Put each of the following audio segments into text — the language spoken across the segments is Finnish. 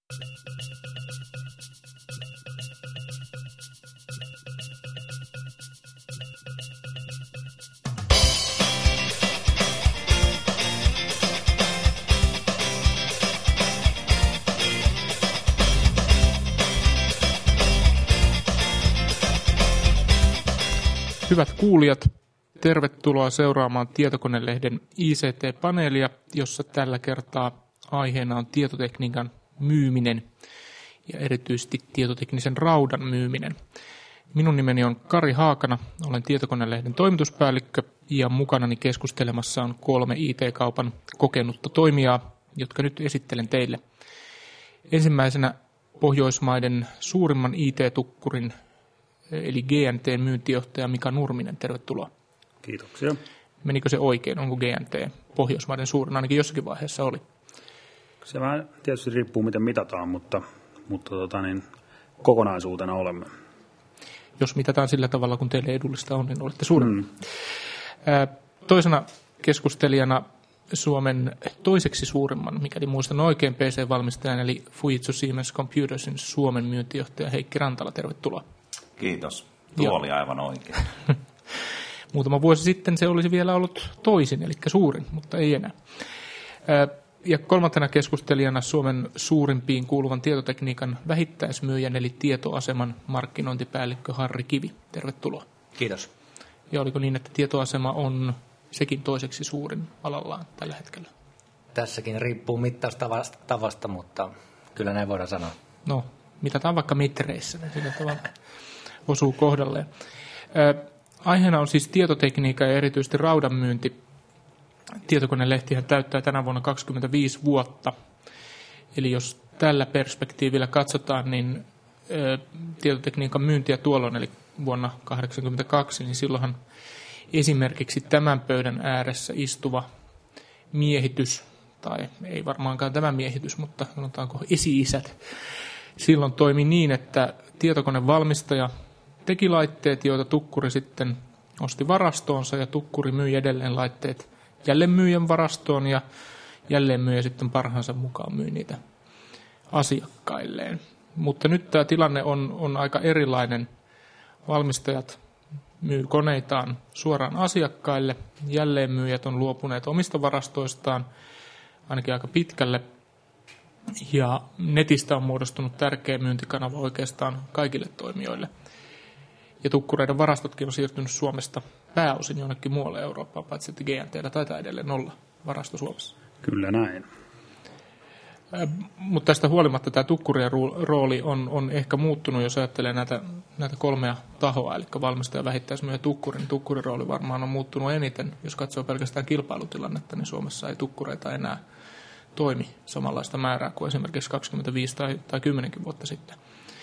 Hyvät kuulijat, tervetuloa seuraamaan Tietokonelehden ICT-paneelia, jossa tällä kertaa aiheena on tietotekniikan myyminen ja erityisesti tietoteknisen raudan myyminen. Minun nimeni on Kari Haakana, olen Tietokonelehden toimituspäällikkö ja mukanani keskustelemassa on 3 IT-kaupan kokenutta toimijaa, jotka nyt esittelen teille. Ensimmäisenä Pohjoismaiden suurimman IT-tukkurin eli GNT:n myyntijohtaja Mika Nurminen, tervetuloa. Kiitoksia. Menikö se oikein? Onko GNT Pohjoismaiden suurin? Ainakin jossakin vaiheessa oli. Se vähän tietysti riippuu, miten mitataan, mutta kokonaisuutena olemme. Jos mitataan sillä tavalla, kun teille edullista on, niin olette suurin. Toisena keskustelijana Suomen toiseksi suurimman, mikäli muistan oikein, PC-valmistajan, eli Fujitsu Siemens Computersin Suomen myyntijohtaja Heikki Rantala, tervetuloa. Kiitos. Tuo oli aivan oikein. Muutama vuosi sitten se olisi vielä ollut toisin, eli suurin, mutta ei enää. Ja kolmantena keskustelijana Suomen suurimpiin kuuluvan tietotekniikan vähittäismyyjän, eli Tietoaseman markkinointipäällikkö Harri Kivi. Tervetuloa. Kiitos. Ja oliko niin, että Tietoasema on sekin toiseksi suurin alallaan tällä hetkellä? Tässäkin riippuu mittaustavasta, mutta kyllä näin voidaan sanoa. No, mitataan vaikka metreissä, niin sillä tavalla osuu kohdalleen. Aiheena on siis tietotekniikka ja erityisesti raudanmyynti. Tietokonelehtihän täyttää tänä vuonna 25 vuotta. Eli jos tällä perspektiivillä katsotaan, niin tietotekniikan myyntiä tuolloin, eli vuonna 1982, niin silloinhan esimerkiksi tämän pöydän ääressä istuva miehitys, tai ei varmaankaan tämä miehitys, mutta sanotaanko esi-isät, silloin toimi niin, että tietokonevalmistaja teki laitteet, joita tukkuri sitten osti varastoonsa, ja tukkuri myi edelleen laitteet jälleenmyyjän varastoon, ja jälleenmyyjä sitten parhaansa mukaan myi niitä asiakkailleen. Mutta nyt tämä tilanne on aika erilainen. Valmistajat myy koneitaan suoraan asiakkaille, jälleenmyyjät on luopuneet omista varastoistaan ainakin aika pitkälle, ja netistä on muodostunut tärkeä myyntikanava oikeastaan kaikille toimijoille. Ja tukkureiden varastotkin on siirtynyt Suomesta pääosin jonnekin muualle Eurooppaan, paitsi että GNT:llä taitaa edelleen olla varasto Suomessa. Kyllä näin. Mutta tästä huolimatta tämä tukkurien rooli on ehkä muuttunut, jos ajattelee näitä 3 tahoa, eli valmistaja, vähittäismyyjä ja tukkuri. Niin tukkurin rooli varmaan on muuttunut eniten. Jos katsoo pelkästään kilpailutilannetta, niin Suomessa ei tukkureita enää toimi samanlaista määrää kuin esimerkiksi 25 tai 10 vuotta sitten.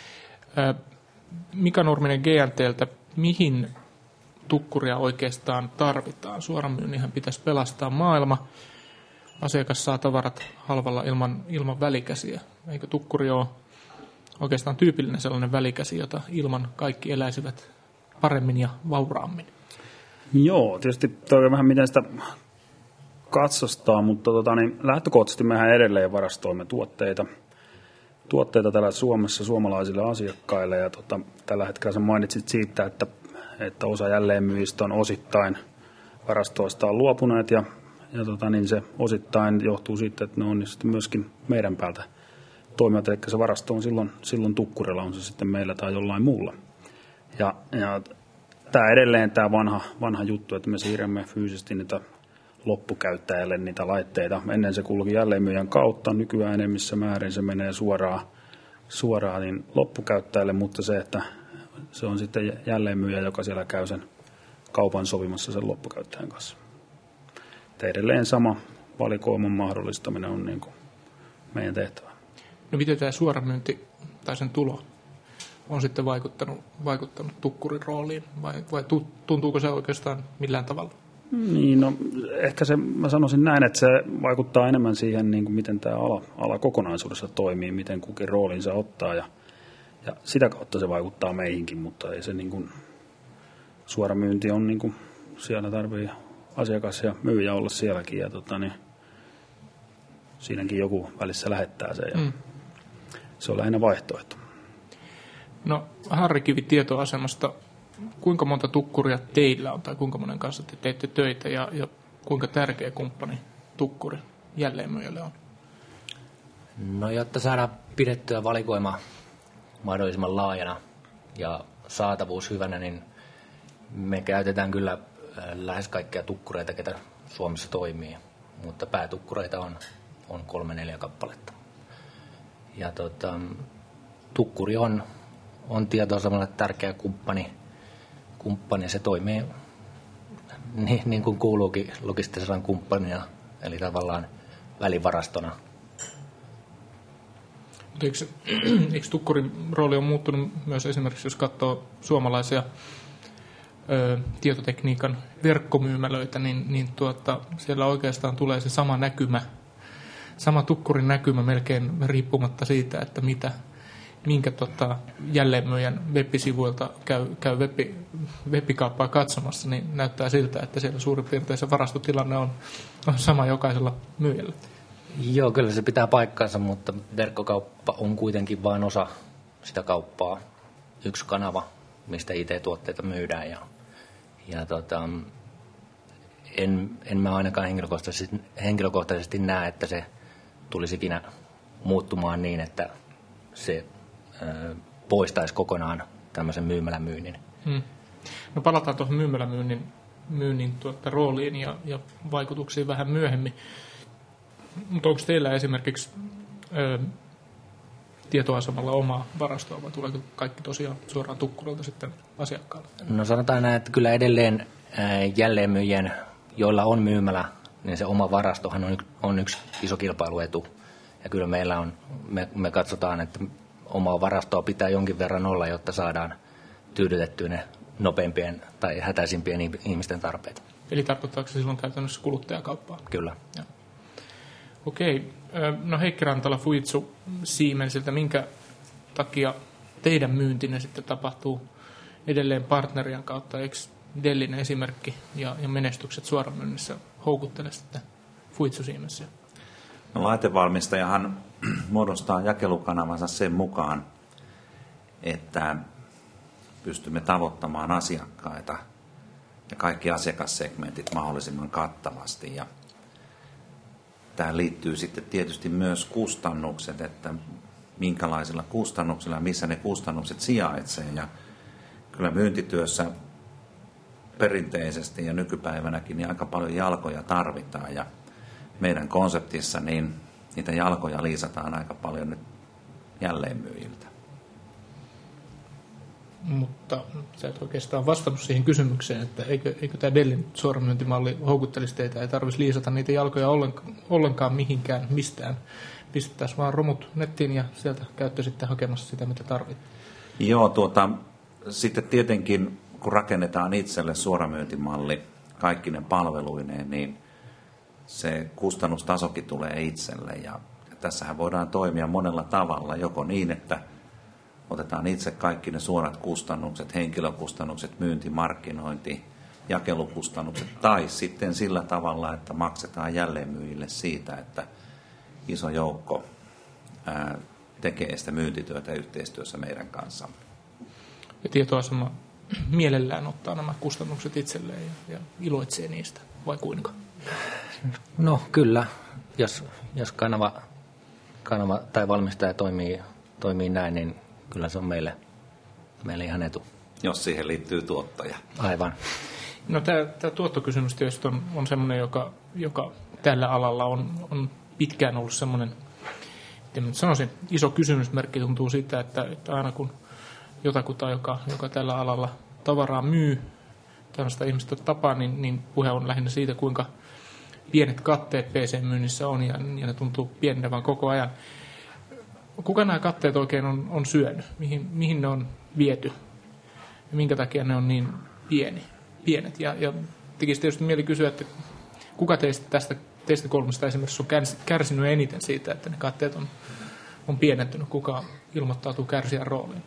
Mika Nurminen GNT:ltä, mihin tukkuria oikeastaan tarvitaan? Suoramyynnihän pitäisi pelastaa maailma. Asiakas saa tavarat halvalla ilman välikäsiä. Eikö tukkuri ole oikeastaan tyypillinen sellainen välikäsi, jota ilman kaikki eläisivät paremmin ja vauraammin? Joo, tietysti toi on vähän miten sitä katsostaa, mutta lähtökohtaisesti mehän edelleen varastoimme tuotteita täällä Suomessa suomalaisille asiakkaille. Ja tällä hetkellä sä mainitsit siitä, että osa jälleenmyyjistä on osittain varastoistaan luopuneet ja se osittain johtuu siitä, että ne on sitten myöskin meidän päältä toimijat, eli se varasto on silloin tukkurilla, on se sitten meillä tai jollain muulla. Ja tämä edelleen tämä vanha juttu, että me siirrämme fyysisesti niitä loppukäyttäjälle niitä laitteita. Ennen se kulki jälleenmyyjän kautta, nykyään enemmissä määrin se menee suoraan niin loppukäyttäjälle, mutta se, että se on sitten jälleenmyyjä, joka siellä käy sen kaupan sopimassa sen loppukäyttäjän kanssa. Edelleen sama valikoiman mahdollistaminen on niin kuin meidän tehtävä. No miten tämä suoramyynti tai sen tulo on sitten vaikuttanut tukkurin rooliin vai tuntuuko se oikeastaan millään tavalla? Niin, no ehkä mä sanoisin näin, että se vaikuttaa enemmän siihen, niin kuin miten tämä ala kokonaisuudessa toimii, miten kukin roolinsa ottaa ja sitä kautta se vaikuttaa meihinkin, mutta ei se niin kuin, suoramyynti on niin kuin, siellä tarvii asiakas ja myyjä olla sielläkin ja siinäkin joku välissä lähettää sen. se on lähinnä vaihtoehto. No, Harri Kivi tietoasemasta, kuinka monta tukkuria teillä on tai kuinka monen kanssa te teette töitä ja kuinka tärkeä kumppani tukkuri jälleenmyyjälle on? No, jotta saadaan pidettyä valikoima mahdollisimman laajana ja saatavuus hyvänä, niin me käytetään kyllä lähes kaikkia tukkureita, ketä Suomessa toimii, mutta päätukkureita on 3-4 kappaletta. Ja tukkuri on tietoasemalle tärkeä kumppani, se toimii niin kuin kuuluukin logistisena kumppanina, eli tavallaan välivarastona. Eikö tukkurin rooli on muuttunut myös esimerkiksi, jos katsoo suomalaisia tietotekniikan verkkomyymälöitä, niin siellä oikeastaan tulee se sama näkymä, sama tukkurin näkymä melkein riippumatta siitä, että minkä jälleenmyyjän web-sivuilta käy web-kauppaa katsomassa, niin näyttää siltä, että siellä suurin piirtein se varastotilanne on sama jokaisella myyjällä. Joo, kyllä se pitää paikkansa, mutta verkkokauppa on kuitenkin vain osa sitä kauppaa. Yksi kanava, mistä IT-tuotteita myydään. En mä ainakaan henkilökohtaisesti näe, että se tulisi ikinä muuttumaan niin, että se poistaisi kokonaan tämmöisen myymälämyynnin. No, palataan tuohon myymälämyynnin rooliin ja vaikutuksiin vähän myöhemmin. Mutta onko teillä esimerkiksi tietoasemalla omaa varastoa vai tuleeko kaikki tosiaan suoraan tukkurilta sitten asiakkaalle? No, sanotaan näin, että kyllä edelleen jälleenmyyjien, joilla on myymälä, niin se oma varastohan on yksi iso kilpailuetu. Ja kyllä meillä me katsotaan, että omaa varastoa pitää jonkin verran olla, jotta saadaan tyydytettyä ne nopeimpien tai hätäisimpien ihmisten tarpeita. Eli tarkoittaako se silloin käytännössä kuluttajakauppaa? Kyllä. Ja. Okei. No, Heikki Rantala Fujitsu Siemensiltä, minkä takia teidän myyntinne sitten tapahtuu edelleen partnerien kautta? Eikö Dellin esimerkki ja menestykset suoramyynnissä houkuttele sitten Fujitsu Siemensia? No, laitevalmistajahan muodostaa jakelukanavansa sen mukaan, että pystymme tavoittamaan asiakkaita ja kaikki asiakassegmentit mahdollisimman kattavasti. Ja tähän liittyy sitten tietysti myös kustannukset, että minkälaisilla kustannuksilla ja missä ne kustannukset sijaitsee. Ja kyllä myyntityössä perinteisesti ja nykypäivänäkin niin aika paljon jalkoja tarvitaan. Ja meidän konseptissa niin niitä jalkoja liisataan aika paljon nyt jälleenmyyjiltä. Mutta sä et oikeastaan vastannut siihen kysymykseen, että eikö tämä Dellin suoramyyntimalli houkuttelisi teitä, ei tarvitsisi liisata niitä jalkoja ollenkaan mihinkään, mistään. Pistettäisiin vaan romut nettiin ja sieltä käyttö sitten hakemassa sitä, mitä tarvitsee. Joo, sitten tietenkin kun rakennetaan itselle suoramyyntimalli kaikkine palveluineen, niin se kustannustasokin tulee itselle. Ja tässähän voidaan toimia monella tavalla, joko niin, että otetaan itse kaikki ne suorat kustannukset, henkilökustannukset, myynti, markkinointi, jakelukustannukset, tai sitten sillä tavalla, että maksetaan jälleenmyyjille siitä, että iso joukko tekee sitä myyntityötä yhteistyössä meidän kanssa. Ja tietoasema mielellään ottaa nämä kustannukset itselleen ja iloitsee niistä, vai kuinka? No kyllä, jos kanava tai valmistaja toimii näin, niin kyllä se on meille ihan etu. Jos siihen liittyy tuottaja. Aivan. No, tämä tuottokysymys tietysti on semmoinen, joka tällä alalla on pitkään ollut semmoinen, miten sanoisin, iso kysymysmerkki. Tuntuu siitä, että aina kun jotakuta, joka tällä alalla tavaraa myy, tällaista ihmistä tapaa, niin puhe on lähinnä siitä, kuinka pienet katteet PC-myynnissä on, ja ne tuntuu pienenevän koko ajan. Kuka nämä katteet oikein on syönyt? Mihin ne on viety? Ja minkä takia ne on niin pienet? Ja tekisi tietysti mieli kysyä, että kuka teistä kolmesta esimerkiksi on kärsinyt eniten siitä, että ne katteet on pienentynyt? Kuka ilmoittautuu kärsijän rooliin?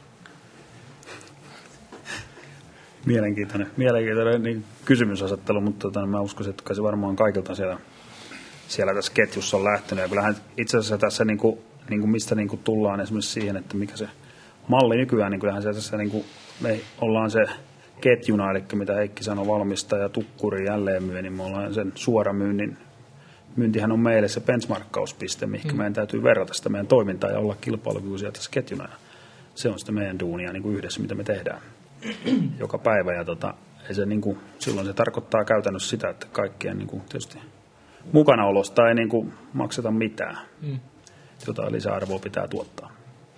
Mielenkiintoinen niin kysymysasettelu, mutta mä uskoisin, että se varmaan kaikilta siellä tässä ketjussa on lähtenyt. Ja kyllähän itse asiassa tässä niin kuin niin kuin mistä niin kuin tullaan esimerkiksi siihen, että mikä se malli nykyään, niin kyllähän se niin kuin, me ollaan se ketjuna, eli mitä Heikki sanoi, valmistaja, tukkuri, jälleenmyy, niin me ollaan sen suoramyynnin. Myyntihän on meille se benchmarkkauspiste, mihin meidän täytyy verrata sitä meidän toimintaa ja olla kilpailukykyisiä tässä ketjuna. Ja se on sitten meidän duunia niin kuin yhdessä, mitä me tehdään joka päivä. Ja ei se, niin kuin, silloin se tarkoittaa käytännössä sitä, että kaikkien niin kuin, tietysti mukanaolosta ei niin kuin, makseta mitään. Jotain lisäarvoa pitää tuottaa.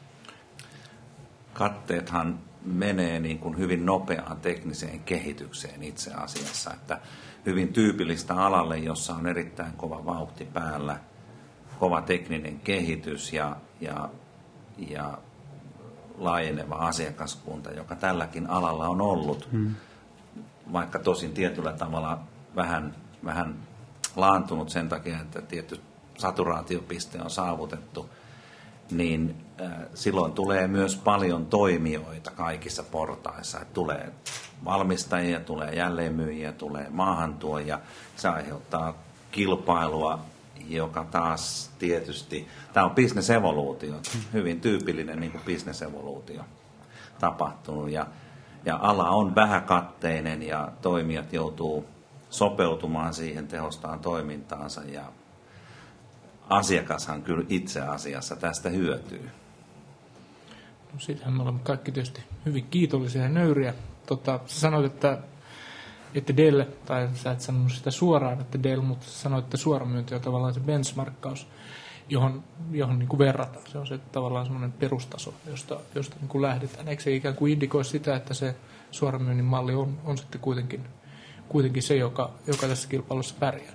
Katteethan menee niin kuin hyvin nopeaan tekniseen kehitykseen itse asiassa, että hyvin tyypillistä alalle, jossa on erittäin kova vauhti päällä, kova tekninen kehitys ja laajeneva asiakaskunta, joka tälläkin alalla on ollut, vaikka tosin tietyllä tavalla vähän laantunut sen takia, että tietty saturaatiopiste on saavutettu, niin silloin tulee myös paljon toimijoita kaikissa portaissa. Tulee valmistajia, tulee jälleenmyyjiä, tulee maahantuojia. Se aiheuttaa kilpailua, joka taas tietysti, tämä on business-evoluutio, hyvin tyypillinen niin kuin business-evoluutio tapahtunut. Ja ala on vähäkatteinen ja toimijat joutuu sopeutumaan siihen, tehostaan toimintaansa ja asiakashan kyllä itse asiassa tästä hyötyy. No siitähän me olemme kaikki tietysti hyvin kiitollisia ja nöyriä. Sä sanoit, että Dell, tai sä et sanonut sitä suoraan, että Dell, mutta sä sanoit, että suoramyynti on tavallaan se benchmarkkaus, johon niin kuin verrataan. Se on se tavallaan semmoinen perustaso, josta niin kuin lähdetään. Eikö se ikään kuin indikoi sitä, että se suoramyynnin malli on sitten kuitenkin se, joka tässä kilpailussa pärjää?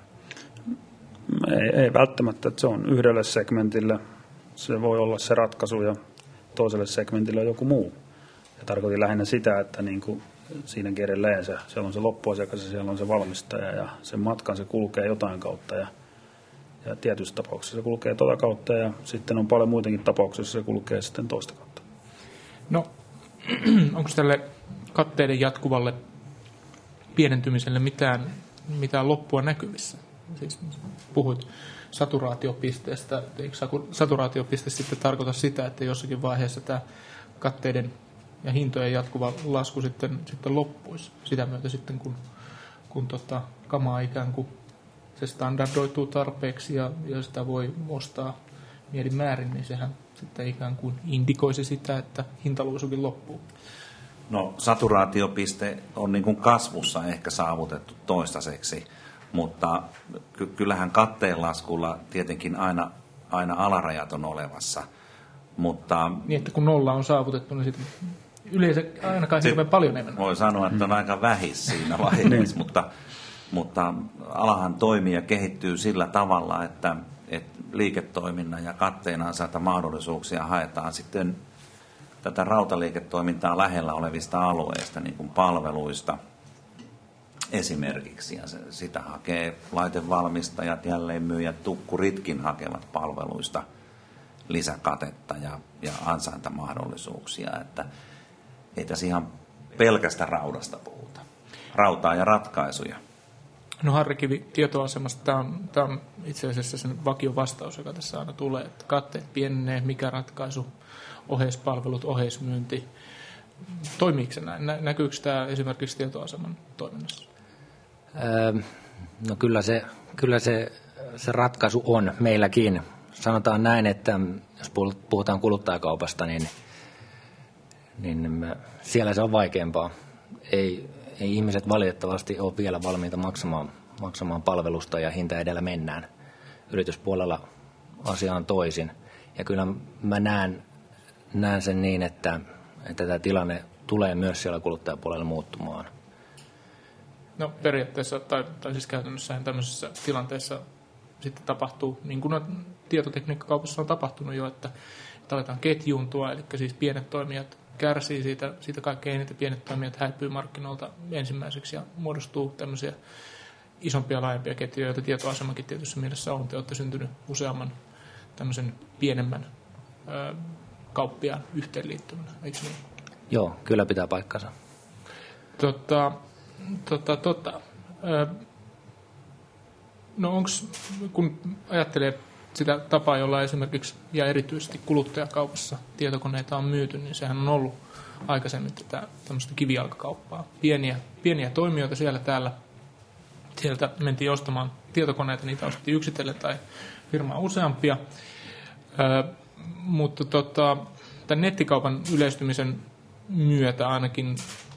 Ei välttämättä, että se on yhdelle segmentille, se voi olla se ratkaisu ja toiselle segmentille on joku muu. Ja tarkoitin lähinnä sitä, että niin kuin siinäkin edelleen siellä on se loppuasiakas ja siellä on se valmistaja ja sen matkan se kulkee jotain kautta ja tietyissä tapauksissa se kulkee tuota kautta ja sitten on paljon muitakin tapauksissa se kulkee sitten toista kautta. No, onko tälle katteiden jatkuvalle pienentymiselle mitään loppua näkyvissä? Siis puhuit saturaatiopisteestä. Eikö saturaatiopiste sitten tarkoita sitä, että jossakin vaiheessa tämä katteiden ja hintojen jatkuva lasku sitten loppuisi sitä myötä sitten, kun kamaa ikään kuin se standardoituu tarpeeksi ja sitä voi ostaa mielin määrin, niin sehän sitten ikään kuin indikoisi sitä, että hintaluisukin loppuu. No, saturaatiopiste on niin kuin kasvussa ehkä saavutettu toistaiseksi, mutta kyllähän katteen laskulla tietenkin aina alarajat on olevassa. Mutta niin, että kun nolla on saavutettu, niin sitten yleensä ainakaan hirveän paljon enemmän. Voi sanoa, että on aika vähis siinä vaiheessa, mutta alahan toimii ja kehittyy sillä tavalla, että liiketoiminnan ja katteen ansaita mahdollisuuksia haetaan sitten tätä rautaliiketoimintaa lähellä olevista alueista, niin kuin palveluista esimerkiksi. Ja sitä hakee laitevalmistajat, jälleenmyyjät, tukkuritkin hakevat palveluista lisäkatetta ja ansaintamahdollisuuksia. Että ei tässä ihan pelkästä raudasta puhuta. Rautaa ja ratkaisuja. No Harri Kivi tietoasemasta, tämä on itse asiassa sen vakion vastaus, joka tässä aina tulee, että katteet pienenee, mikä ratkaisu, oheispalvelut, oheismyynti. Toimiiko se näin? Näkyykö tämä esimerkiksi tietoaseman toiminnassa? No kyllä se ratkaisu on meilläkin. Sanotaan näin, että jos puhutaan kuluttajakaupasta, niin siellä se on vaikeampaa. Ei ihmiset valitettavasti ole vielä valmiita maksamaan palvelusta ja hinta edellä mennään. Yrityspuolella asia on toisin. Ja kyllä mä näen sen niin, että tämä tilanne tulee myös siellä kuluttajapuolella muuttumaan. No periaatteessa, tai siis käytännössähän tämmöisessä tilanteessa sitten tapahtuu, niin kuin tietotekniikkakaupassa on tapahtunut jo, että aletaan ketjuuntua, eli siis pienet toimijat kärsii siitä kaikkein eniten, pienet toimijat häipyy markkinoilta ensimmäiseksi ja muodostuu tämmöisiä isompia, laajempia ketjuja, joita tietoasemakin tietyssä mielessä on. Te olette syntynyt useamman tämmöisen pienemmän kauppiaan yhteenliittymänä, eikö niin? Joo, kyllä pitää paikkansa. No onko, kun ajattelee sitä tapaa, jolla esimerkiksi ja erityisesti kuluttajakaupassa tietokoneita on myyty, niin sehän on ollut aikaisemmin tämmöistä kivijalkakauppaa. Pieniä toimijoita siellä täällä. Sieltä mentiin ostamaan tietokoneita, niitä ostettiin yksitellen tai firmaa useampia. Mutta tämän nettikaupan yleistymisen myötä ainakin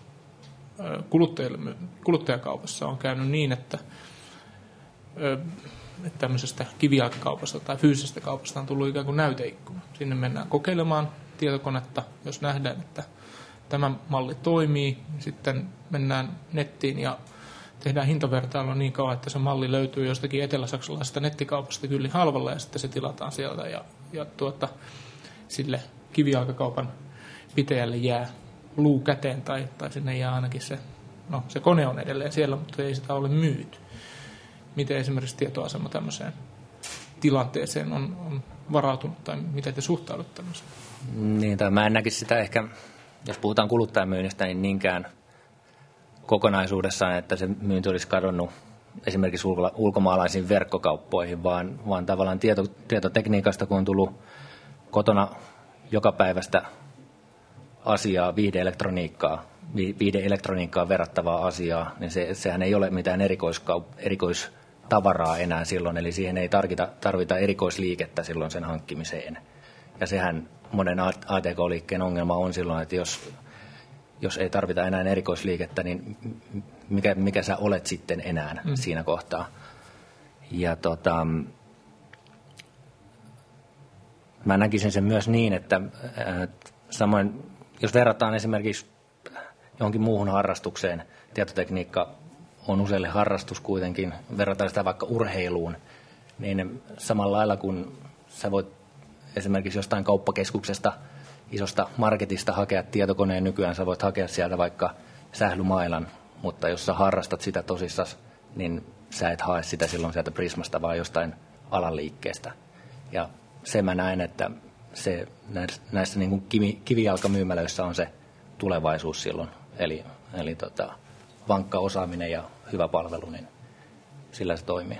kuluttajakaupassa on käynyt niin, että tämmöisestä kivijalkakaupasta tai fyysisestä kaupasta on tullut ikään kuin näyteikkuna. Sinne mennään kokeilemaan tietokonetta, jos nähdään, että tämä malli toimii. Niin sitten mennään nettiin ja tehdään hintavertailua niin kauan, että se malli löytyy jostakin eteläsaksalaisesta nettikaupasta kyllin halvalla ja sitten se tilataan sieltä ja sille kivijalkakaupan pitäjälle jää luu käteen tai sinne jää ainakin se kone on edelleen siellä, mutta ei sitä ole myyty. Miten esimerkiksi tietoasema tämmöiseen tilanteeseen on varautunut tai miten te suhtaudutte tämmöiseen? Niin, tai mä en näkisi sitä ehkä, jos puhutaan kuluttajamyynnistä, niin niinkään kokonaisuudessaan, että se myynti olisi kadonnut esimerkiksi ulkomaalaisiin verkkokauppoihin, vaan tavallaan tietotekniikasta, kun on tullut kotona jokapäiväistä asiaa, viihdeelektroniikkaan verrattavaa asiaa, niin sehän ei ole mitään erikoistavaraa enää silloin, eli siihen ei tarvita erikoisliikettä silloin sen hankkimiseen. Ja sehän monen ATK-liikkeen ongelma on silloin, että jos ei tarvita enää erikoisliikettä, niin mikä sä olet sitten enää siinä kohtaa. Ja mä näkisin sen myös niin, että samoin jos verrataan esimerkiksi johonkin muuhun harrastukseen, tietotekniikka on useille harrastus kuitenkin, verrataan sitä vaikka urheiluun, niin samalla lailla kun sä voit esimerkiksi jostain kauppakeskuksesta, isosta marketista hakea tietokoneen nykyään, sä voit hakea sieltä vaikka sählymailan, mutta jos sä harrastat sitä tosissas, niin sä et hae sitä silloin sieltä Prismasta, vaan jostain alanliikkeestä. Ja se mä näen, että se näissä niin kuin kivijalkamyymälöissä on se tulevaisuus silloin. Eli vankka osaaminen ja hyvä palvelu, niin sillä se toimii.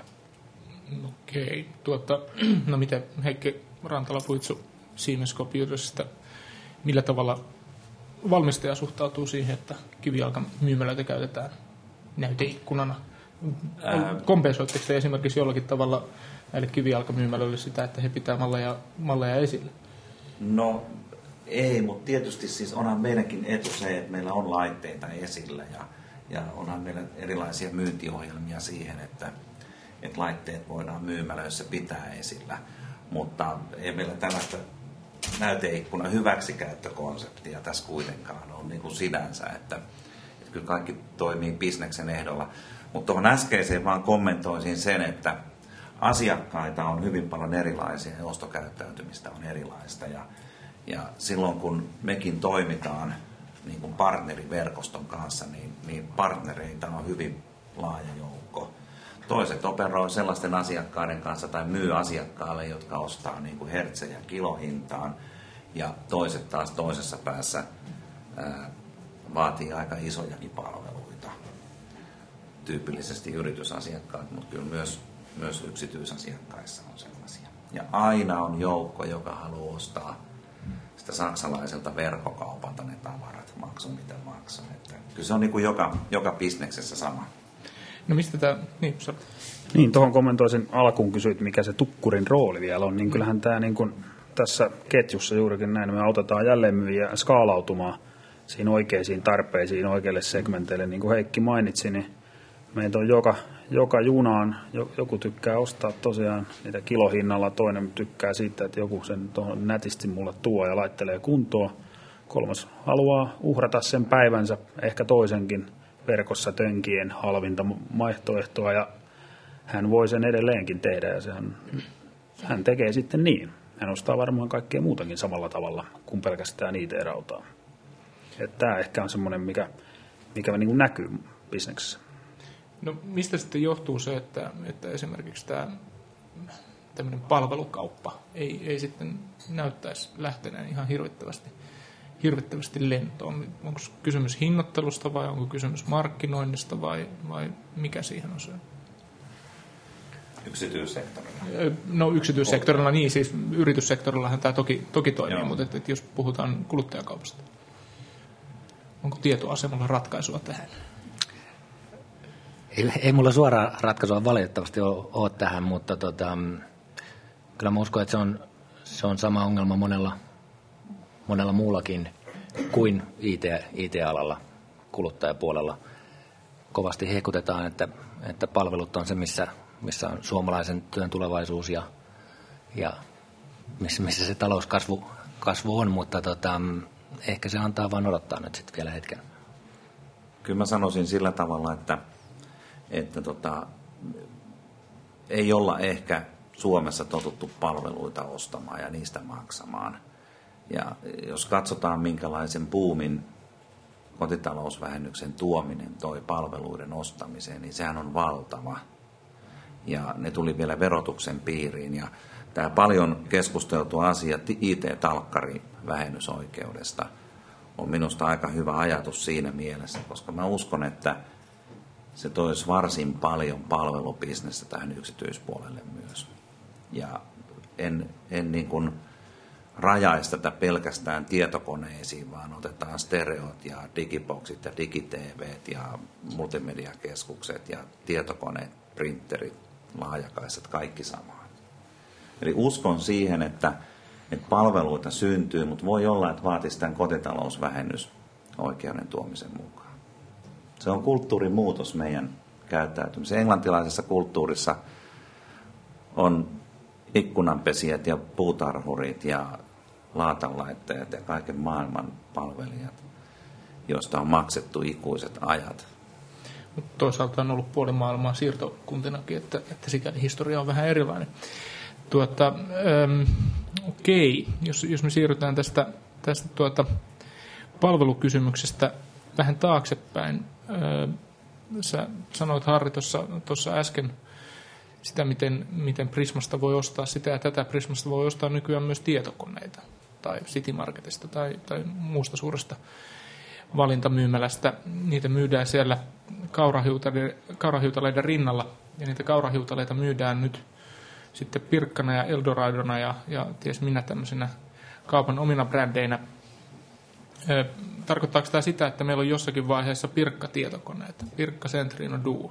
Okei. No miten Heikki Rantala-Puitsu Siemens Computersista, millä tavalla valmistaja suhtautuu siihen, että kivijalkamyymälöitä käytetään näyteikkunana? Kompensoitteko te esimerkiksi jollakin tavalla näille kivijalkamyymälöille sitä, että he pitää malleja esillä? No ei, mutta tietysti siis onhan meidänkin etu se, että meillä on laitteita esillä ja onhan meillä erilaisia myyntiohjelmia siihen, että laitteet voidaan myymälöissä pitää esillä, mutta ei meillä tällaista näyteikkunan hyväksikäyttökonseptia tässä kuitenkaan ole niin kuin sinänsä, että kyllä kaikki toimii bisneksen ehdolla. Mutta tuohon äskeiseen vaan kommentoisin sen, että asiakkaita on hyvin paljon erilaisia ja ostokäyttäytymistä on erilaista. Ja silloin kun mekin toimitaan niin kuin partneriverkoston kanssa, niin partnereita on hyvin laaja joukko. Toiset operoi sellaisten asiakkaiden kanssa tai myy asiakkaalle, jotka ostaa niin kuin hertsejä kilohintaan. Ja toiset taas toisessa päässä vaatii aika isojakin palveluita. Tyypillisesti yritysasiakkaat, mutta kyllä myös yksityisasiakkaissa on sellaisia. Ja aina on joukko, joka haluaa ostaa sitä saksalaiselta verkkokaupalta ne tavarat, maksu mitä maksaa. Että kyllä se on niin kuin joka bisneksessä sama. No mistä tämä... Niin, tuohon kommentoisin alkuun kysyit, mikä se tukkurin rooli vielä on. Niin kyllähän tämä niin kuin tässä ketjussa juurikin näin, me autetaan jälleenmyyjiä skaalautumaan siinä oikeisiin tarpeisiin, oikeille segmenteille. Niin kuin Heikki mainitsi, niin meitä on joka junaan, joku tykkää ostaa tosiaan niitä kilohinnalla, toinen tykkää siitä, että joku sen tuohon nätisti mulle tuo ja laittelee kuntoon. Kolmas haluaa uhrata sen päivänsä, ehkä toisenkin verkossa tönkien halvinta vaihtoehtoa ja hän voi sen edelleenkin tehdä ja hän tekee sitten niin. Hän ostaa varmaan kaikkea muutakin samalla tavalla kuin pelkästään IT-rautaa. Tämä ehkä on semmoinen, mikä niin kuin näkyy bisneksessä. No mistä sitten johtuu se, että esimerkiksi tämä tämmöinen palvelukauppa ei sitten näyttäisi lähteneen ihan hirvittävästi lentoon? Onko kysymys hinnoittelusta vai onko kysymys markkinoinnista vai mikä siihen on se? Yksityissektorilla? No yksityissektorilla, niin siis yrityssektorillahan tämä toki toimii, mutta että jos puhutaan kuluttajakaupasta. Onko tietoasemalla ratkaisua tähän? Ei mulla suoraa ratkaisua valitettavasti ole tähän, mutta kyllä mä uskon, että se on sama ongelma monella muullakin kuin IT-alalla, kuluttajapuolella. Kovasti hehkutetaan, että palvelut on se, missä on suomalaisen työn tulevaisuus ja missä se talouskasvu on, mutta ehkä se antaa vaan odottaa nyt sitten vielä hetken. Kyllä mä sanoisin sillä tavalla, että ei olla ehkä Suomessa totuttu palveluita ostamaan ja niistä maksamaan. Ja jos katsotaan, minkälaisen boomin kotitalousvähennyksen tuominen toi palveluiden ostamiseen, niin sehän on valtava. Ja ne tuli vielä verotuksen piiriin. Ja tämä paljon keskusteltu asia IT-talkkarivähennysoikeudesta on minusta aika hyvä ajatus siinä mielessä, koska mä uskon, että se toisi varsin paljon palvelubisnestä tähän yksityispuolelle myös. Ja en niin kuin rajaisi tätä pelkästään tietokoneisiin, vaan otetaan stereot ja digiboksit ja digitevet ja multimediakeskukset ja tietokoneet, printerit, laajakaistat, kaikki samaan. Eli uskon siihen, että palveluita syntyy, mutta voi olla, että vaatisi tämän kotitalousvähennysoikeuden tuomisen mukaan. Se on kulttuurimuutos meidän käyttäytymiseen. Englantilaisessa kulttuurissa on ikkunanpesijät ja puutarhurit ja laatanlaittajat ja kaiken maailman palvelijat, joista on maksettu ikuiset ajat. Mutta toisaalta on ollut puoli maailmaa siirtokuntinakin, että sikäli historia on vähän erilainen. Okei, jos me siirrytään tästä palvelukysymyksestä vähän taaksepäin. Sä sanoit, Harri, tuossa äsken sitä, miten Prismasta voi ostaa sitä ja tätä. Prismasta voi ostaa nykyään myös tietokoneita tai City Marketista tai muusta suuresta valintamyymälästä. Niitä myydään siellä kaurahiutaleiden rinnalla, ja niitä kaurahiutaleita myydään nyt sitten Pirkkana ja Eldoradona ja ties minä tämmöisenä kaupan omina brändeinä. Tarkoittaako tämä sitä, että meillä on jossakin vaiheessa Pirkka-tietokoneet, Pirkka Centrino Duo?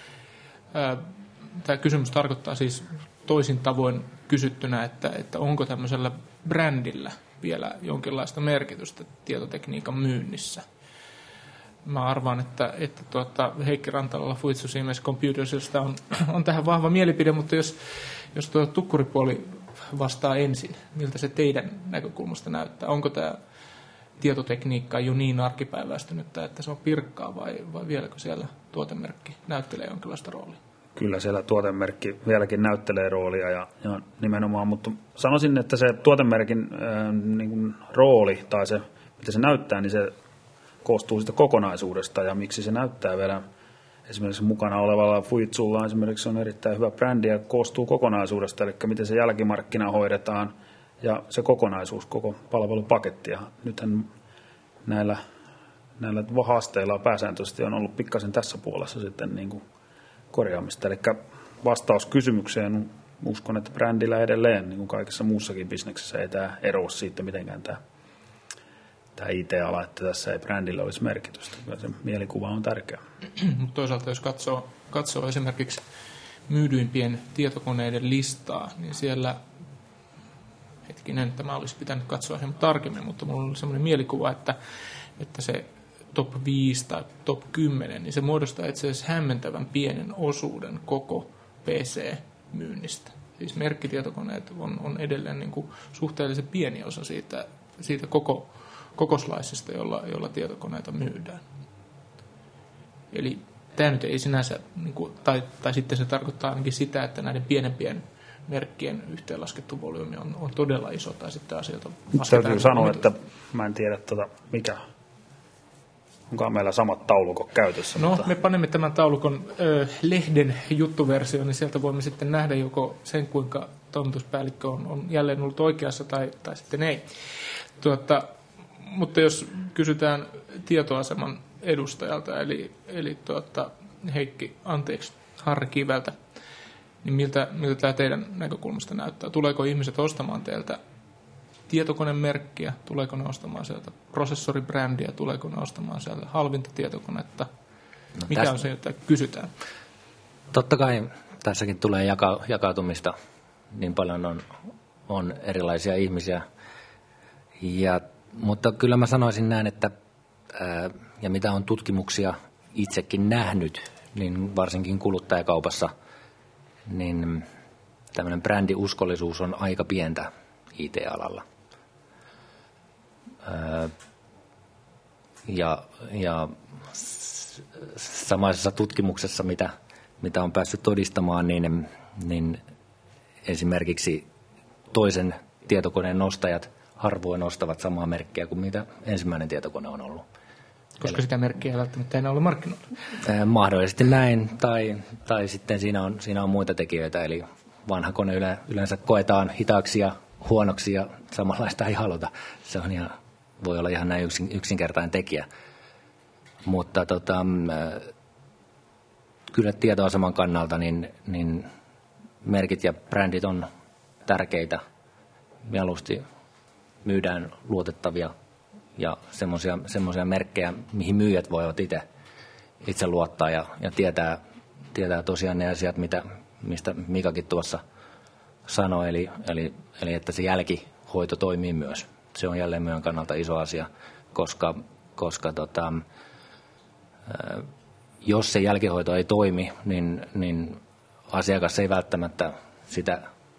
Tämä kysymys tarkoittaa siis toisin tavoin kysyttynä, että onko tämmöisellä brändillä vielä jonkinlaista merkitystä tietotekniikan myynnissä. Mä arvaan, että Heikki Rantalalla Fujitsu Siemens Computersista on tähän vahva mielipide, mutta jos tukkuripuoli vastaa ensin, miltä se teidän näkökulmasta näyttää? Onko tämä tietotekniikka jo niin arkipäiväistynyttä, että se on Pirkkaa vai vieläkö siellä tuotemerkki näyttelee jonkinlaista roolia? Kyllä siellä tuotemerkki vieläkin näyttelee roolia ja nimenomaan, mutta sanoisin, että se tuotemerkin niin kuin rooli tai se, mitä se näyttää, niin se koostuu siitä kokonaisuudesta ja miksi se näyttää vielä. Esimerkiksi mukana olevalla Fujitsulla esimerkiksi on erittäin hyvä brändi ja koostuu kokonaisuudesta, eli miten se jälkimarkkina hoidetaan ja se kokonaisuus, koko palvelupaketti. Ja nythän näillä haasteilla pääsääntöisesti on ollut pikkasen tässä puolessa sitten niin kuin korjaamista. Eli vastaus kysymykseen, uskon, että brändillä edelleen, niin kuin kaikessa muussakin bisneksessä, ei tämä eroa siitä mitenkään tämä IT-ala, että tässä ei brändillä olisi merkitystä. Kyllä se mielikuva on tärkeä. Toisaalta jos katsoo esimerkiksi myydyimpien tietokoneiden listaa, niin siellä, tämä olisi pitänyt katsoa hieman tarkemmin, mutta minulla oli sellainen mielikuva, että se top 5 tai top 10, niin se muodostaa itse asiassa hämmentävän pienen osuuden koko PC-myynnistä. Siis merkkitietokoneet on edelleen niin kuin suhteellisen pieni osa siitä koko sliceista, jolla tietokoneita myydään. Eli tämä nyt ei sinänsä, tai sitten se tarkoittaa ainakin sitä, että näiden pienempien merkkien yhteenlaskettu volyymi on todella iso, tai sitten asioita täytyy sanoa, että mä en tiedä mikä. Onko meillä samat taulukot käytössä? No, me panemme tämän taulukon lehden juttuversioon, niin sieltä voimme sitten nähdä joko sen, kuinka toimituspäällikkö on jälleen ollut oikeassa tai sitten ei. Mutta jos kysytään tietoaseman edustajalta, eli Harri Kiveltä, niin miltä tämä teidän näkökulmasta näyttää? Tuleeko ihmiset ostamaan teiltä tietokonemerkkiä? Tuleeko ne ostamaan sieltä prosessoribrändiä? Tuleeko ne ostamaan sieltä halvinta tietokonetta? Mikä on se, jota kysytään? Totta kai tässäkin tulee jakautumista. Niin paljon on erilaisia ihmisiä. Mutta kyllä mä sanoisin näin, että ja mitä on tutkimuksia itsekin nähnyt, niin varsinkin kuluttajakaupassa, niin tämmöinen brändiuskollisuus on aika pientä IT-alalla. Ja samaisessa tutkimuksessa, mitä on päässyt todistamaan, niin esimerkiksi toisen tietokoneen ostajat harvoin ostavat samaa merkkiä kuin mitä ensimmäinen tietokone on ollut. Koska sitä merkkiä ei välttämättä enää ole markkinoilla. Mahdollisesti näin, tai sitten siinä on muita tekijöitä, eli vanha kone yleensä koetaan hitaaksi ja huonoksi ja samanlaista ei haluta. Se on voi olla ihan näin yksinkertainen tekijä. Mutta kyllä tietoaseman kannalta niin merkit ja brändit on tärkeitä. Mieluusti myydään luotettavia ja semmoisia merkkejä, mihin myyjät voivat itse luottaa ja tietää tosiaan ne asiat, mistä Mikakin tuossa sanoi, eli että se jälkihoito toimii myös. Se on jälleen myön kannalta iso asia, koska jos se jälkihoito ei toimi, niin asiakas ei välttämättä sitä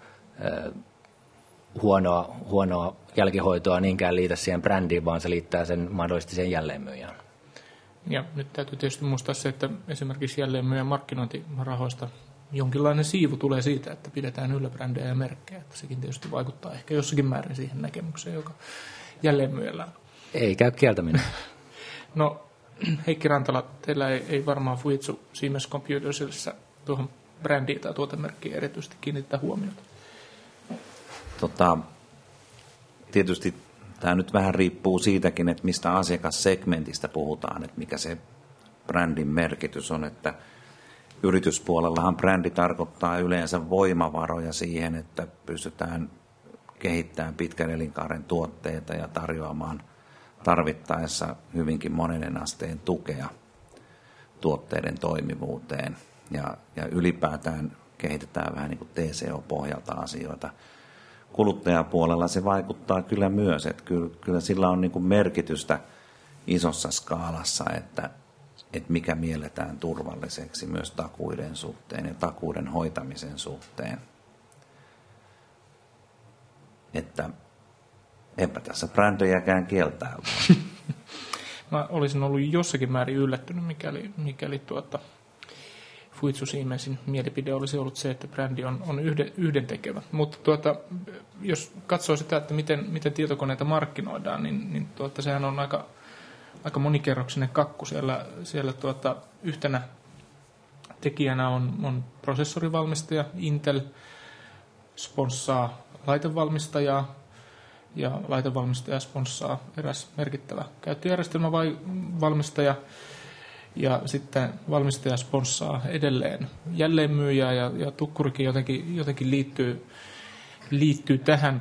huonoa jälkihoitoa niinkään liitä siihen brändiin, vaan se liittää sen mahdollisesti siihen jälleenmyyjään. Ja nyt täytyy tietysti muistaa se, että esimerkiksi jälleenmyyjän markkinointirahoista jonkinlainen siivu tulee siitä, että pidetään yllä brändejä ja merkkejä. Että sekin tietysti vaikuttaa ehkä jossakin määrin siihen näkemykseen, joka jälleenmyyjällä on. Ei käy kieltäminen. No Heikki Rantala, teillä ei varmaan Fujitsu Siemens Computersissa tuohon brändiin tai tuotemerkkiin erityisesti kiinnittää huomiota. Tietysti tämä nyt vähän riippuu siitäkin, että mistä asiakassegmentistä puhutaan, että mikä se brändin merkitys on, että yrityspuolellahan brändi tarkoittaa yleensä voimavaroja siihen, että pystytään kehittämään pitkän elinkaaren tuotteita ja tarjoamaan tarvittaessa hyvinkin monen asteen tukea tuotteiden toimivuuteen ja ylipäätään kehitetään vähän niin kuin TCO-pohjalta asioita. Kuluttajapuolella se vaikuttaa kyllä myös, että kyllä sillä on niin kuin merkitystä isossa skaalassa, että mikä mielletään turvalliseksi myös takuiden suhteen ja takuuden hoitamisen suhteen. Että enpä tässä brändejäkään kieltää. Mä olisin ollut jossakin määrin yllättynyt, mikäli Fujitsu Siemensin mielipide olisi ollut se, että brändi on yhdentekevä. Mutta jos katsoo sitä, että miten tietokoneita markkinoidaan, niin sehän on aika monikerroksinen kakku. Siellä yhtenä tekijänä on prosessorivalmistaja. Intel sponssaa laitevalmistajaa ja laitevalmistaja sponssaa eräs merkittävä käyttöjärjestelmävalmistaja. Ja sitten valmistaja sponssaa edelleen jälleenmyyjää ja tukkurikin jotenkin liittyy tähän.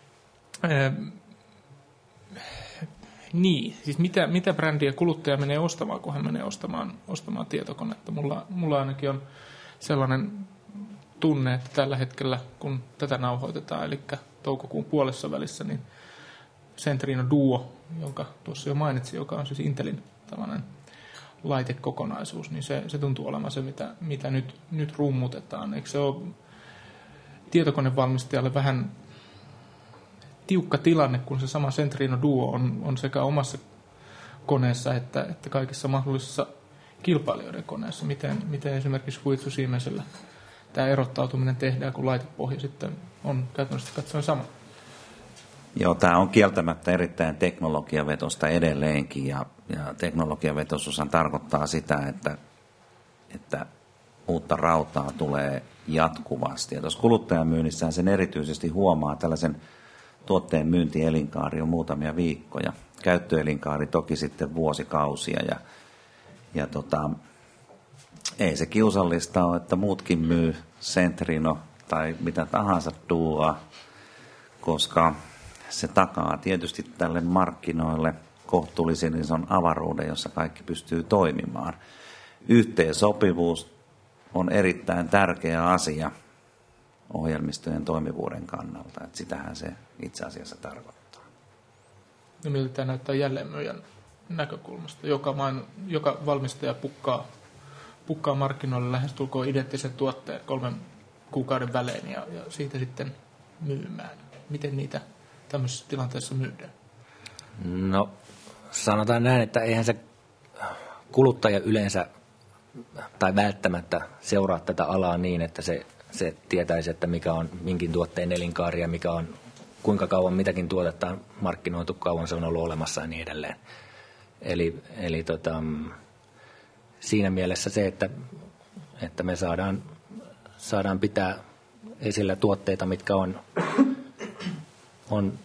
Niin, siis mitä brändiä kuluttaja menee ostamaan, kun hän menee ostamaan tietokonetta. Mulla ainakin on sellainen tunne, että tällä hetkellä, kun tätä nauhoitetaan, eli toukokuun puolessa välissä, niin Centrino Duo, jonka tuossa jo mainitsin, joka on siis Intelin tällainen laitekokonaisuus, niin se tuntuu olemaan se, mitä nyt rummutetaan. Eikö se ole tietokonevalmistajalle vähän tiukka tilanne, kun se sama Centrino Duo on sekä omassa koneessa että kaikissa mahdollisissa kilpailijoiden koneissa? Miten esimerkiksi Fujitsu Siemensillä tämä erottautuminen tehdään, kun laitepohja sitten on käytännössä katsoen sama? Joo, tämä on kieltämättä erittäin teknologiavetosta edelleenkin, ja teknologiavetoisuushan tarkoittaa sitä, että uutta rautaa tulee jatkuvasti. Ja tuossa kuluttajamyynnissään sen erityisesti huomaa tällaisen tuotteen myyntielinkaari on muutamia viikkoja. Käyttöelinkaari toki sitten vuosikausia, ja ei se kiusallista ole, että muutkin myy Centrino tai mitä tahansa duoa, koska se takaa tietysti tälle markkinoille kohtuullisen ison avaruuden, jossa kaikki pystyy toimimaan. Yhteensopivuus on erittäin tärkeä asia ohjelmistojen toimivuuden kannalta, että sitähän se itse asiassa tarkoittaa. No miltä tämä näyttää jälleenmyyjän näkökulmasta? Joka valmistaja pukkaa markkinoille lähestulkoon identtisen tuotteen 3 kuukauden välein ja siitä sitten myymään. Miten niitä tämmöisessä tilanteessa myydään? No sanotaan näin, että eihän se kuluttaja yleensä tai välttämättä seuraa tätä alaa niin, että se tietäisi, että mikä on minkin tuotteen elinkaari ja mikä on, kuinka kauan mitäkin tuotetta on markkinoitu, kauan se on ollut olemassa ja niin edelleen. Eli siinä mielessä se, että me saadaan pitää esillä tuotteita, mitkä on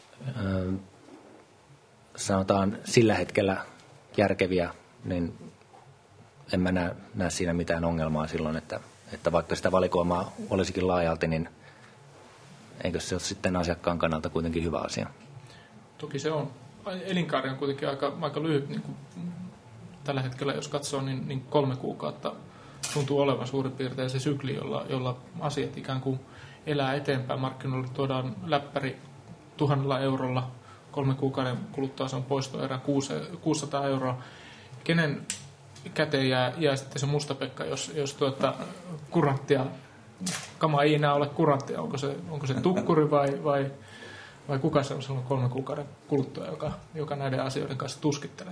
sanotaan sillä hetkellä järkeviä, niin en mä näe siinä mitään ongelmaa silloin, että vaikka sitä valikoimaa olisikin laajalti, niin eikö se ole sitten asiakkaan kannalta kuitenkin hyvä asia? Toki se on. Elinkaari on kuitenkin aika lyhyt. Niin kuin tällä hetkellä, jos katsoo, niin 3 kuukautta tuntuu olevan suurin piirtein se sykli, jolla asiat ikään kuin elää eteenpäin. Markkinoille tuodaan läppäri 1 000 eurolla. 3 kuukauden kuluttua se on poistoerä 600 euroa. Kenen käteen jää sitten se mustapekka, jos kuranttia, kama ei enää ole kuranttia, onko se tukkuri vai kuka se on silloin 3 kuukauden kuluttua, joka näiden asioiden kanssa tuskittelee?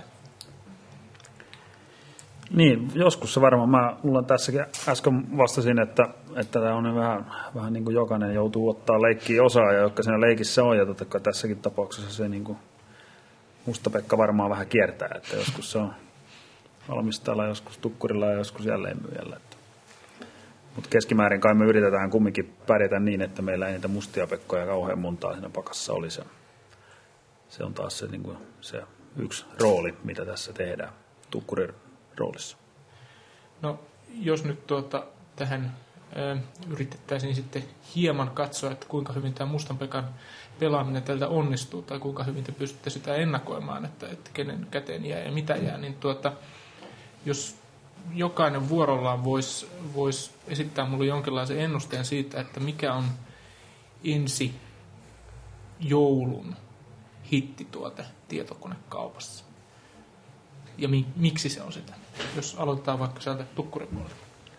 Niin, joskus se varmaan. Mä luulen tässäkin äsken vastasin, että tämä on vähän niin kuin jokainen joutuu ottaa leikkiä osaa, ja jotka siinä leikissä on, ja tässäkin tapauksessa se niin kuin mustapekka varmaan vähän kiertää, että joskus se on valmistajalla, joskus tukkurilla ja joskus jälleenmyyjällä. Mutta keskimäärin kai me yritetään kumminkin pärjätä niin, että meillä ei niitä mustia pekkoja kauhean montaa siinä pakassa oli. Se on taas se, niin kuin se yksi rooli, mitä tässä tehdään tukkurin roolissa. No, jos nyt tähän yritettäisiin sitten hieman katsoa, että kuinka hyvin tämä mustan pekan pelaaminen tältä onnistuu, tai kuinka hyvin te pystytte sitä ennakoimaan, että kenen käteen jää ja mitä jää, niin jos jokainen vuorollaan voisi esittää minulle jonkinlaisen ennusteen siitä, että mikä on ensi joulun hittituote tietokonekaupassa. Ja miksi se on sitä? Jos aloitetaan vaikka sieltä tukkuripuolella.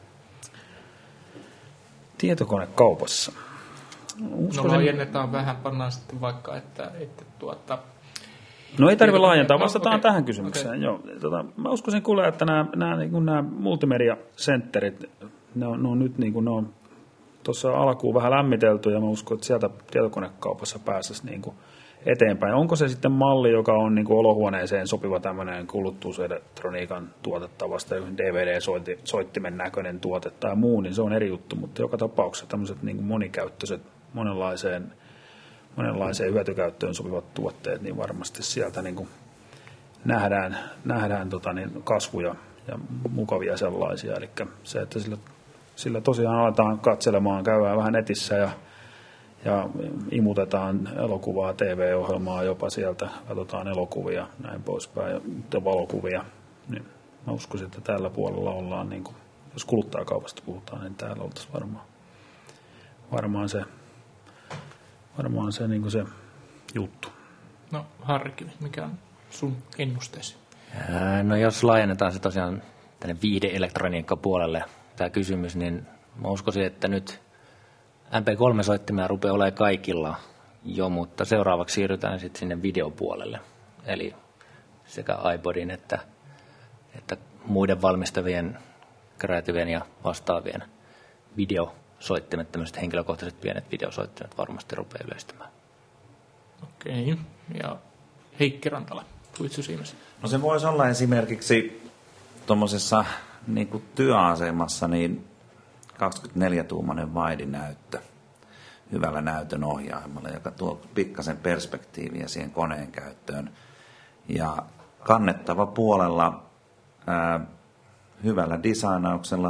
Tietokonekaupassa. No laajennetaan vähän, pannaan sitten vaikka, että No ei tarvitse laajentaa, vastataan tähän kysymykseen. Okay. Joo, mä uskoisin kuulla, että nämä multimedia-sentterit, ne on nyt niin kuin ne on tuossa alkuun vähän lämmitelty, ja mä uskon, että sieltä tietokonekaupassa pääsisi niin kuin eteenpäin. Onko se sitten malli, joka on niin kuin olohuoneeseen sopiva tämmöinen kulutuselektroniikan tuotetta vasta DVD-soittimen näköinen tuote tai muu, niin se on eri juttu, mutta joka tapauksessa tämmöiset niin kuin monikäyttöiset, monenlaiseen hyötykäyttöön sopivat tuotteet, niin varmasti sieltä niin kuin nähdään kasvuja ja mukavia sellaisia. Eli se, että sillä tosiaan aletaan katselemaan, käydään vähän netissä ja imutetaan elokuvaa, TV-ohjelmaa jopa sieltä, katsotaan elokuvia, näin poispäin, ja valokuvia. Niin mä uskoisin, että tällä puolella ollaan, niin kuin, jos kuluttajakaupasta puhutaan, niin täällä oltaisiin varmaan se, niin kuin se juttu. No Harrikivi, mikä on sun ennusteesi? No jos laajennetaan se tosiaan tänne viihde-elektroniikka-puolelle tämä kysymys, niin mä uskoisin, että nyt MP3-soittimia rupeaa olemaan kaikilla jo, mutta seuraavaksi siirrytään sitten sinne videopuolelle. Eli sekä iPodin että muiden valmistavien, Creativen ja vastaavien videosoittimet, tämmöiset henkilökohtaiset pienet videosoittimet varmasti rupeaa yleistymään. Okei. Ja Heikki Rantala, Huitsusiimassa. No se voisi olla esimerkiksi tuommoisessa niin kuin työasemassa niin 24-tuumainen wide-näyttö hyvällä näytön ohjaimella, joka tuo pikkasen perspektiiviä siihen koneen käyttöön. Ja kannettava puolella hyvällä designauksella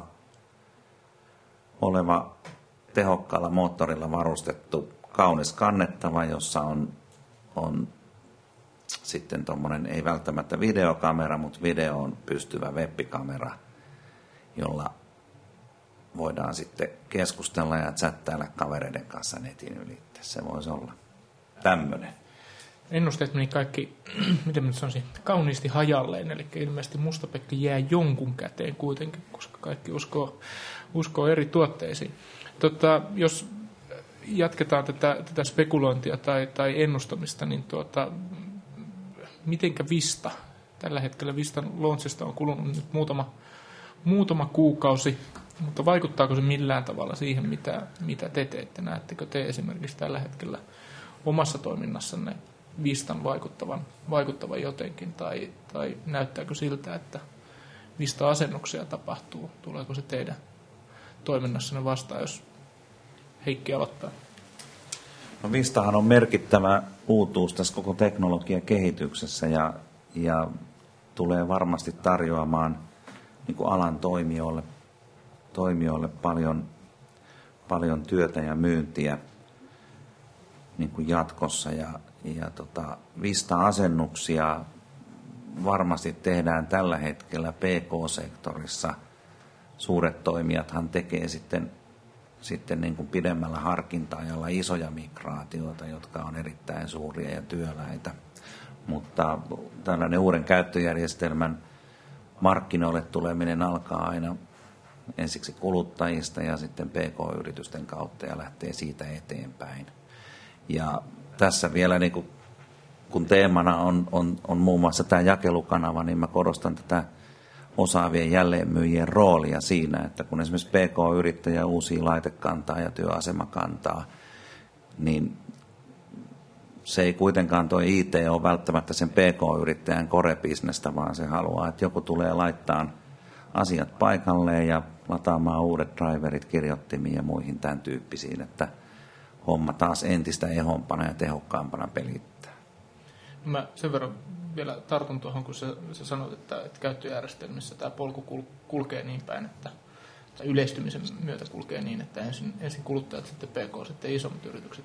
oleva tehokkaalla moottorilla varustettu kaunis kannettava, jossa on sitten tuommoinen, ei välttämättä videokamera, mutta videoon pystyvä webbikamera, jolla voidaan sitten keskustella ja chattailla kavereiden kanssa netin yli. Se voisi olla tämmöinen. Ennusteet meni kaikki, miten mä sanoisin, kauniisti hajalleen, eli ilmeisesti Mustapekka jää jonkun käteen kuitenkin, koska kaikki uskoo eri tuotteisiin. Jos jatketaan tätä spekulointia tai ennustamista, niin mitenkä Vista? Tällä hetkellä Vistan launchista on kulunut nyt muutama kuukausi, mutta vaikuttaako se millään tavalla siihen, mitä te teette? Näettekö te esimerkiksi tällä hetkellä omassa toiminnassanne Vistan vaikuttavan jotenkin, tai näyttääkö siltä, että Vista-asennuksia tapahtuu? Tuleeko se teidän toiminnassanne vastaan, jos Heikki aloittaa? No Vistahan on merkittävä uutuus tässä koko teknologian kehityksessä ja tulee varmasti tarjoamaan niin kuin alan toimijoille paljon työtä ja myyntiä niin kuin jatkossa. Vista-asennuksia varmasti tehdään tällä hetkellä PK-sektorissa. Suuret toimijathan tekee sitten niin kuin pidemmällä harkinta-ajalla isoja migraatioita, jotka on erittäin suuria ja työläitä. Mutta tällainen uuden käyttöjärjestelmän markkinoille tuleminen alkaa aina ensiksi kuluttajista ja sitten PK-yritysten kautta ja lähtee siitä eteenpäin. Ja tässä vielä, niin kun teemana on muun muassa tämä jakelukanava, niin mä korostan tätä osaavien jälleenmyyjien roolia siinä, että kun esimerkiksi PK-yrittäjä uusia laitekantaa ja työasemakantaa, niin se ei kuitenkaan tuo IT ole välttämättä sen PK-yrittäjän core-bisnestä, vaan se haluaa, että joku tulee laittaa asiat paikalleen ja lataamaan uudet driverit kirjoittimiin ja muihin tämän tyyppisiin, että homma taas entistä ehompana ja tehokkaampana pelittää. Mä sen verran vielä tartun tuohon, kun sä sanoit, että käyttöjärjestelmissä tämä polku kulkee niin päin, että yleistymisen myötä kulkee niin, että ensin kuluttajat, sitten PK, sitten isommat yritykset.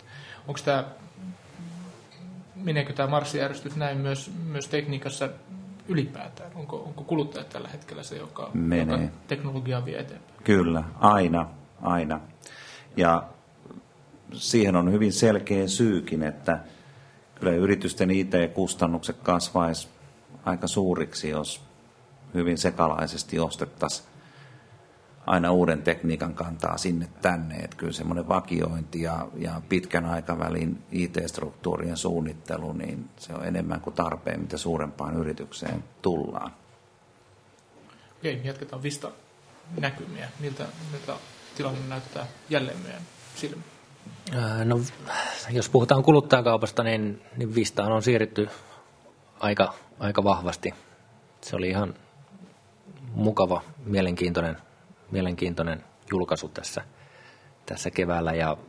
Meneekö tämä marssijärjestys näin myös tekniikassa ylipäätään? Onko kuluttajat tällä hetkellä se, joka teknologiaa vie eteenpäin? Kyllä, aina. Ja siihen on hyvin selkeä syykin, että kyllä yritysten IT-kustannukset kasvaisi aika suuriksi, jos hyvin sekalaisesti ostettaisiin aina uuden tekniikan kantaa sinne tänne. Että kyllä semmoinen vakiointi ja pitkän aikavälin IT-struktuurien suunnittelu, niin se on enemmän kuin tarpeen, mitä suurempaan yritykseen tullaan. Okei, jatketaan Vista näkymiä. Miltä tilanne näyttää jälleen meidän silmiin? No, jos puhutaan kuluttajakaupasta, niin Vistaan on siirrytty aika vahvasti. Se oli ihan mukava, mielenkiintoinen julkaisu tässä keväällä ja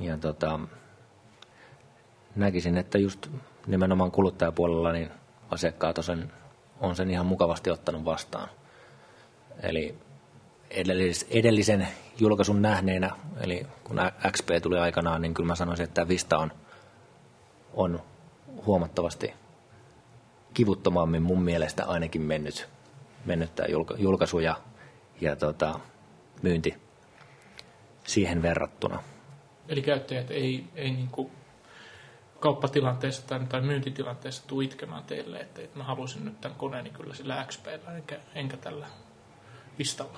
näkisin, että just nimenomaan kuluttajapuolella niin asiakkaat on sen ihan mukavasti ottanut vastaan. Eli edellisen julkaisun nähneenä, eli kun XP tuli aikanaan, niin kyllä mä sanoisin, että Vista on huomattavasti kivuttomammin mun mielestä ainakin mennyt tämä julkaisu ja myynti siihen verrattuna. Eli käyttäjät ei niin kuin kauppatilanteessa tai myyntitilanteessa tule itkemään teille, että mä haluaisin nyt tämän koneeni kyllä sillä XP:llä enkä tällä Vistalla.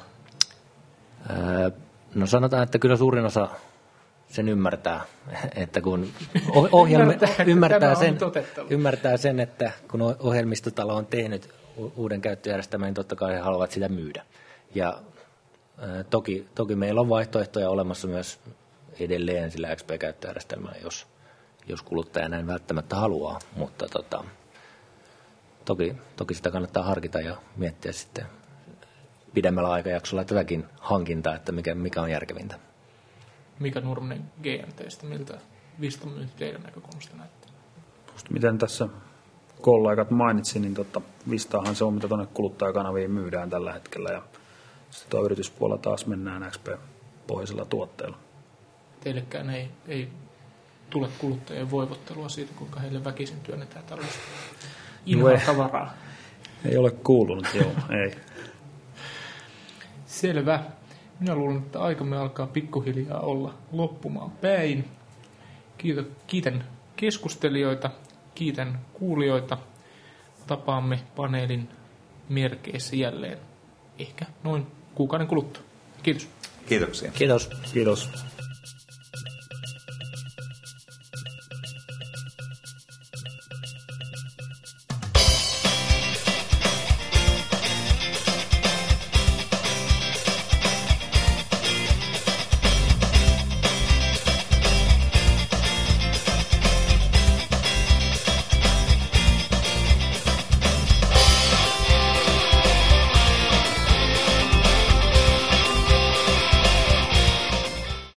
No sanotaan, että kyllä suurin osa sen ymmärtää, että kun ymmärtää sen, että kun ohjelmistotalo on tehnyt uuden käyttöjärjestelmän, niin totta kai he haluavat sitä myydä. Ja toki meillä on vaihtoehtoja olemassa myös edelleen sillä XP-käyttöjärjestelmällä, jos kuluttaja näin välttämättä haluaa, mutta toki sitä kannattaa harkita ja miettiä sitten pidemmällä aikajaksolla tätäkin hankintaa, että mikä on järkevintä. Mika Nurminen GMT:stä, miltä Vista myynti teidän näkökulmasta näyttää? Miten tässä kollegat mainitsin, niin Vistaahan se on, mitä tuonne kuluttajakanaviin myydään tällä hetkellä. Ja sitten tuo yrityspuolella taas mennään XP-pohjaisella tuotteella. Teillekään ei tule kuluttajien voivottelua siitä, kuinka heille väkisin työnnetään tällaista tavaraa. Ei ole kuulunut, joo, ei. Selvä. Minä luulen, että aikamme alkaa pikkuhiljaa olla loppumaan päin. Kiitän keskustelijoita, kiitän kuulijoita. Tapaamme paneelin merkeissä jälleen ehkä noin kuukauden kuluttua. Kiitos. Kiitoksia. Kiitos. Kiitos.